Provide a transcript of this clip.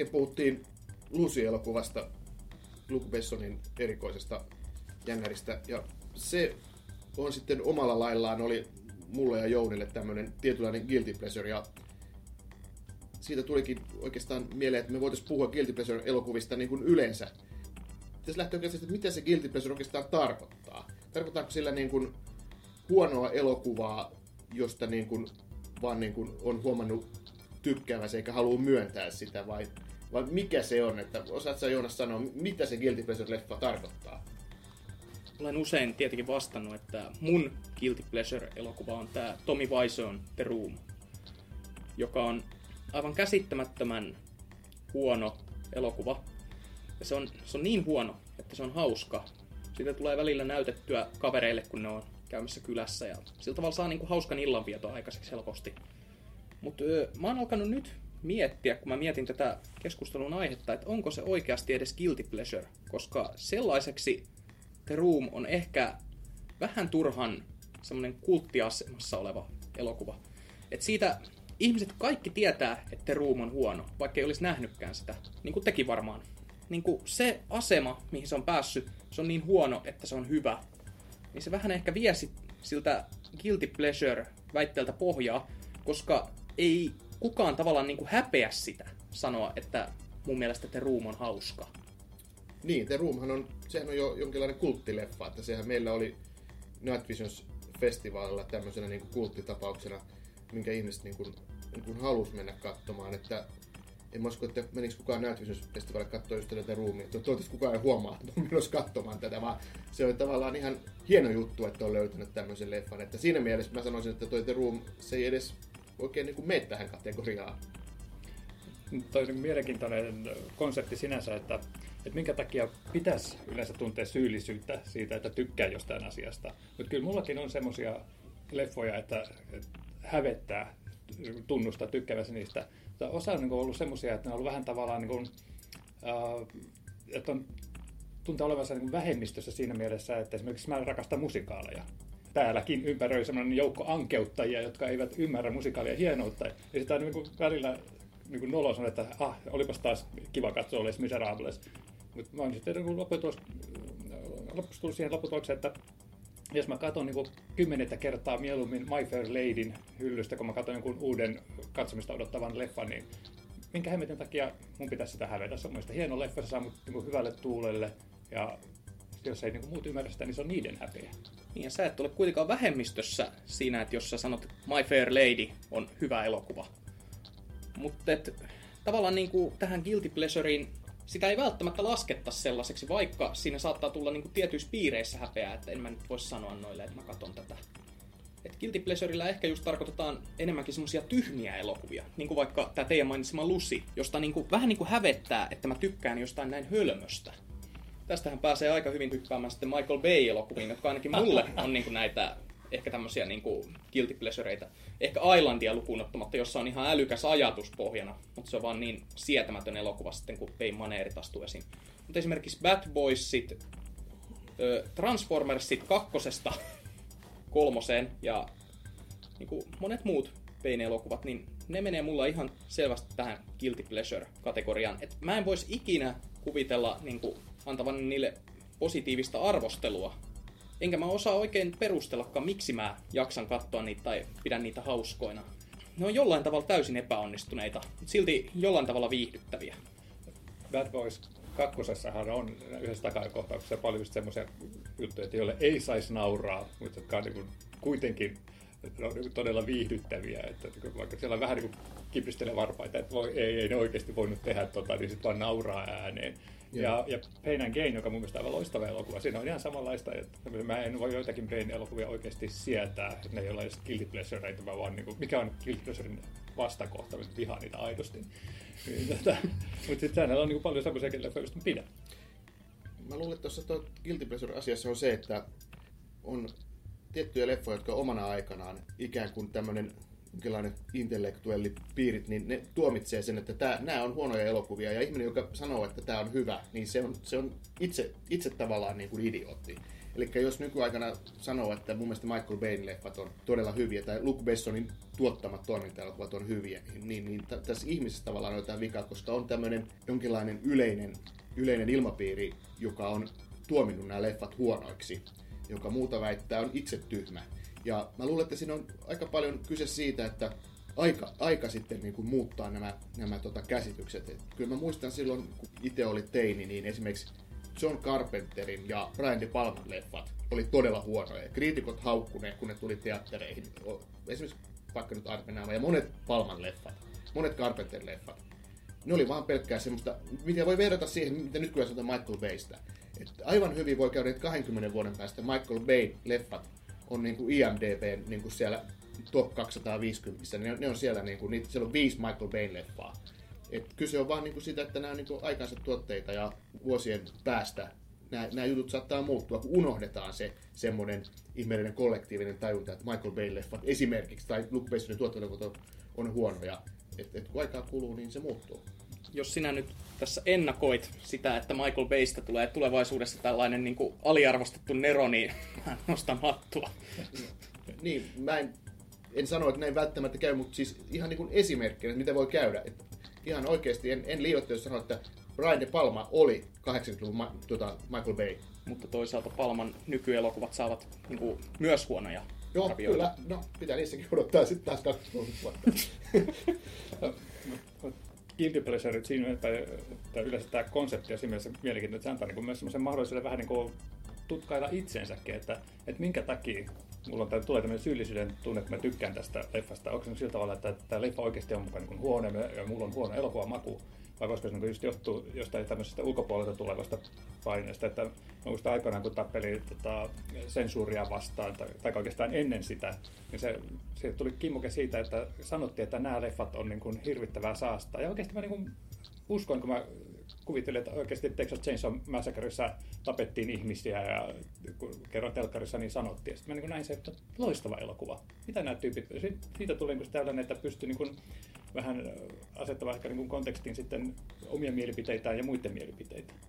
äsken puhuttiin Lucy-elokuvasta, Luc Bessonin erikoisesta jännäristä, ja se on sitten omalla laillaan oli mulle ja Jounille tämmöinen tietynlainen guilty pleasure, ja siitä tulikin oikeastaan mieleen, että me voitaisiin puhua guilty pleasure-elokuvista niin kuin yleensä. Tässä lähtee oikeastaan, että mitä se guilty pleasure oikeastaan tarkoittaa. Tarkoittaako sillä niin kuin huonoa elokuvaa, josta niin kuin vaan niin kuin on huomannut tykkäävänsä eikä halua myöntää sitä, vai mikä se on? Että osaatko sä, Joonas, sanoa, mitä se guilty pleasure-leffa tarkoittaa? Olen usein tietenkin vastannut, että mun guilty pleasure-elokuva on tämä Tommy Wiseau'n The Room, joka on aivan käsittämättömän huono elokuva. Ja se on niin huono, että se on hauska. Siitä tulee välillä näytettyä kavereille, kun ne on käymässä kylässä. Ja sillä tavalla saa niinku hauskan illanvieton aikaiseksi helposti. Mutta mä oon alkanut nyt miettiä, kun mä mietin tätä keskustelun aihetta, että onko se oikeasti edes guilty pleasure. Koska sellaiseksi The Room on ehkä vähän turhan semmoinen kulttiasemassa oleva elokuva. Et siitä ihmiset kaikki tietää, että The Room on huono, vaikka ei olisi nähnytkään sitä. Niin kuin teki varmaan. Niin kuin se asema, mihin se on päässyt, se on niin huono, että se on hyvä. Niin se vähän ehkä vie siltä guilty pleasure-väitteeltä pohjaa, koska ei kukaan tavallaan niin kuin häpeä sitä sanoa, että mun mielestä The Room on hauska. Niin, The Roomhan sehän on jo jonkinlainen kulttileffa, että sehän meillä oli Night Visions-festivaalilla tämmöisenä niin kuin kulttitapauksena, minkä ihmiset niin kuin halusi mennä katsomaan, että en mä usko, että menikö kukaan Night Visions-festivaalille katsoa just tätä Roomia, toivottavasti kukaan ei huomaa, että on menossa katsomaan tätä, vaan se on tavallaan ihan hieno juttu, että on löytänyt tämmöisen leffan, että siinä mielessä mä sanoisin, että toi The Room, se ei edes oikein niin kuin mene tähän kategoriaan. Toi on mielenkiintoinen konsepti sinänsä, että minkä takia pitäisi yleensä tuntea syyllisyyttä siitä, että tykkää jostain asiasta. Mutta kyllä mullakin on semmoisia leffoja, että hävettää tunnustaa tykkäävänsä niistä. Mutta osa on ollut semmoisia, että ne on ollut vähän tavallaan, että on tuntea olevansa vähemmistössä siinä mielessä, että esimerkiksi mä rakastan musikaaleja. Täälläkin ympäröi semmoinen joukko ankeuttajia, jotka eivät ymmärrä musikaalia hienoutta. Ja sitä on välillä noloa sanoa, että olipas taas kiva katsoa Les Miserables. Mutta mä oon sitten lopuksi tullut siihen lopputulokseen, että jos mä katson 10 kertaa mieluummin My Fair Ladyn hyllystä, kun mä katson jonkun uuden katsomista odottavan leffan, niin minkä hemmetin takia mun pitäisi sitä hävetä. Se on mielestäni hieno leffa, se saa mut hyvälle tuulelle, ja jos ei muut ymmärrä sitä, niin se on niiden häpeä. Niin, ja sä et ole kuitenkaan vähemmistössä siinä, että jos sä sanot My Fair Lady on hyvä elokuva. Mutta tavallaan tähän guilty pleasureen sitä ei välttämättä laskettaisi sellaiseksi, vaikka siinä saattaa tulla tietyissä piireissä häpeää, että en mä nyt voi sanoa noille, että mä katon tätä. Et guilty pleasurella ehkä just tarkoitetaan enemmänkin semmosia tyhmiä elokuvia, niin kuin vaikka tämä teidän mainitsema Lucy, josta vähän hävettää, että mä tykkään jostain näin hölmöstä. Tästähän pääsee aika hyvin tykkäämään sitten Michael Bay-elokuviin, jotka ainakin mulle on näitä ehkä tämmöisiä guilty pleasureita. Ehkä Islandia lukuun ottamatta, jossa on ihan älykäs ajatus pohjana, mutta se on vaan niin sietämätön elokuva sitten, kun Bayn maneerit astuu esiin. Mutta esimerkiksi Bad Boysit, Transformersit 2:sta 3:een ja monet muut Bayn elokuvat, niin ne menee mulla ihan selvästi tähän guilty pleasure-kategoriaan. Et mä en vois ikinä kuvitella antavan niille positiivista arvostelua. Enkä mä osaa oikein perustellakaan, miksi mä jaksan katsoa niitä tai pidän niitä hauskoina. Ne on jollain tavalla täysin epäonnistuneita, mutta silti jollain tavalla viihdyttäviä. Bad Boys 2:ssahan on yhdessä takakohtauksessa paljon semmoisia juttuja, joille ei saisi nauraa, mutta jotka on kuitenkin todella viihdyttäviä. Että vaikka siellä vähän kipistelee varpaita, että ei ne oikeasti voinut tehdä niin sitten vaan nauraa ääneen. Ja Pain and Gain, joka mun mielestä on aivan loistava elokuva, siinä on ihan samanlaista, että mä en voi joitakin Brain-elokuvia oikeasti sietää, että ne ei ole edes guilty pleasureita, vaan mikä on guilty pleasurein vastakohta, että vihaan niitä aidosti. Mutta sitten säännöllä on paljon semmoisia leffoja, joista mä pidän. Mä luulen, että tuossa guilty pleasure-asiassa on se, että on tiettyjä leffoja, jotka omana aikanaan ikään kuin tämmöinen jonkinlainen intellektuelli piirit, niin ne tuomitsee sen, että nämä on huonoja elokuvia, ja ihminen, joka sanoo, että tämä on hyvä, niin se on itse tavallaan niin kuin idiootti. Eli jos nykyaikana sanoo, että mun mielestä Michael Bayn leffat on todella hyviä, tai Luc Bessonin tuottamat toimintaelokuvat on hyviä, niin tässä ihmisessä tavallaan on jotain vikaa, koska on tämmöinen jonkinlainen yleinen ilmapiiri, joka on tuominnut nämä leffat huonoiksi, joka muuta väittää on itse tyhmä. Ja mä luulen, että siinä on aika paljon kyse siitä, että aika sitten niin kuin muuttaa nämä käsitykset. Et kyllä mä muistan silloin, kun itse oli teini, niin esimerkiksi John Carpenterin ja Brian De Palman leffat oli todella huonoja. Kriitikot haukkuneet, kun ne tuli teattereihin. Esimerkiksi vaikka nyt Armenaawa ja monet Palman leffat, monet Carpenter leffat. Ne oli vaan pelkkää semmoista, mitä voi verrata siihen, mitä nyt kyllä sanotaan Michael Baystä. Että aivan hyvin voi käydä, että 20 vuoden päästä Michael Bay leffat on niin kuin IMDb niin kuin siellä top 250. Ne on siellä, niin kuin, siellä on 5 Michael Bayn leffaa. Et kyse on vaan niin kuin sitä, että nämä on niin kuin aikansa tuotteita ja vuosien päästä nämä jutut saattaa muuttua, kun unohdetaan se semmoinen ihmeellinen kollektiivinen tajunta, että Michael Bayn leffat esimerkiksi tai Luc Bessonin tuotanto on huonoja. Et kun aikaa kuluu, niin se muuttuu. Jos sinä nyt tässä ennakoit sitä, että Michael Baystä tulee tulevaisuudessa tällainen niin kuin aliarvostettu nero, niin mä nostan hattua. Niin, mä en sano, että näin välttämättä käy, mutta siis ihan niin kuin esimerkkinä, että mitä voi käydä. Että ihan oikeasti en liioittele, jos sanoa, että Brian De Palma oli 80-luvun Michael Bay. Mutta toisaalta Palman nykyelokuvat saavat niin kuin, myös huonoja Joo, arvioita. kyllä. No, pitää niissäkin odottaa sitten taas 20 vuotta. Guilty pleasure, tai yleensä tämä konsepti on siinä mielessä mielenkiintoinen, että se antaa niin myös semmoisen mahdollisuuden vähän niin kuin tutkailla itsensäkin, että minkä takia mulla tulee tämmöinen syyllisyyden tunne, että mä tykkään tästä leffasta. Onko se sillä tavalla, että tämä leffa oikeasti on mukaan niin huono ja mulla on huono elokuvamaku, vai koska se just johtuu jostain tämmöisestä ulkopuolelta tulevasta paineesta, että muistan aikoinaan, kun tappeli sensuuria vastaan, tai oikeastaan ennen sitä, niin se tuli kimmoke siitä, että sanottiin, että nämä leffat on niin kuin hirvittävää saastaa. Ja oikeasti mä niin kuin uskoin, kun mä kuvittelin, että oikeasti Texas Chainsaw Massacressa tapettiin ihmisiä ja kun kerran telkkarissa niin sanottiin. Ja sitten mä niin näin se, että loistava elokuva. Mitä nämä tyypit? Siitä tuli niin tällainen, että pystyi niin vähän asettamaan ehkä niin kontekstiin sitten omia mielipiteitään ja muiden mielipiteitä.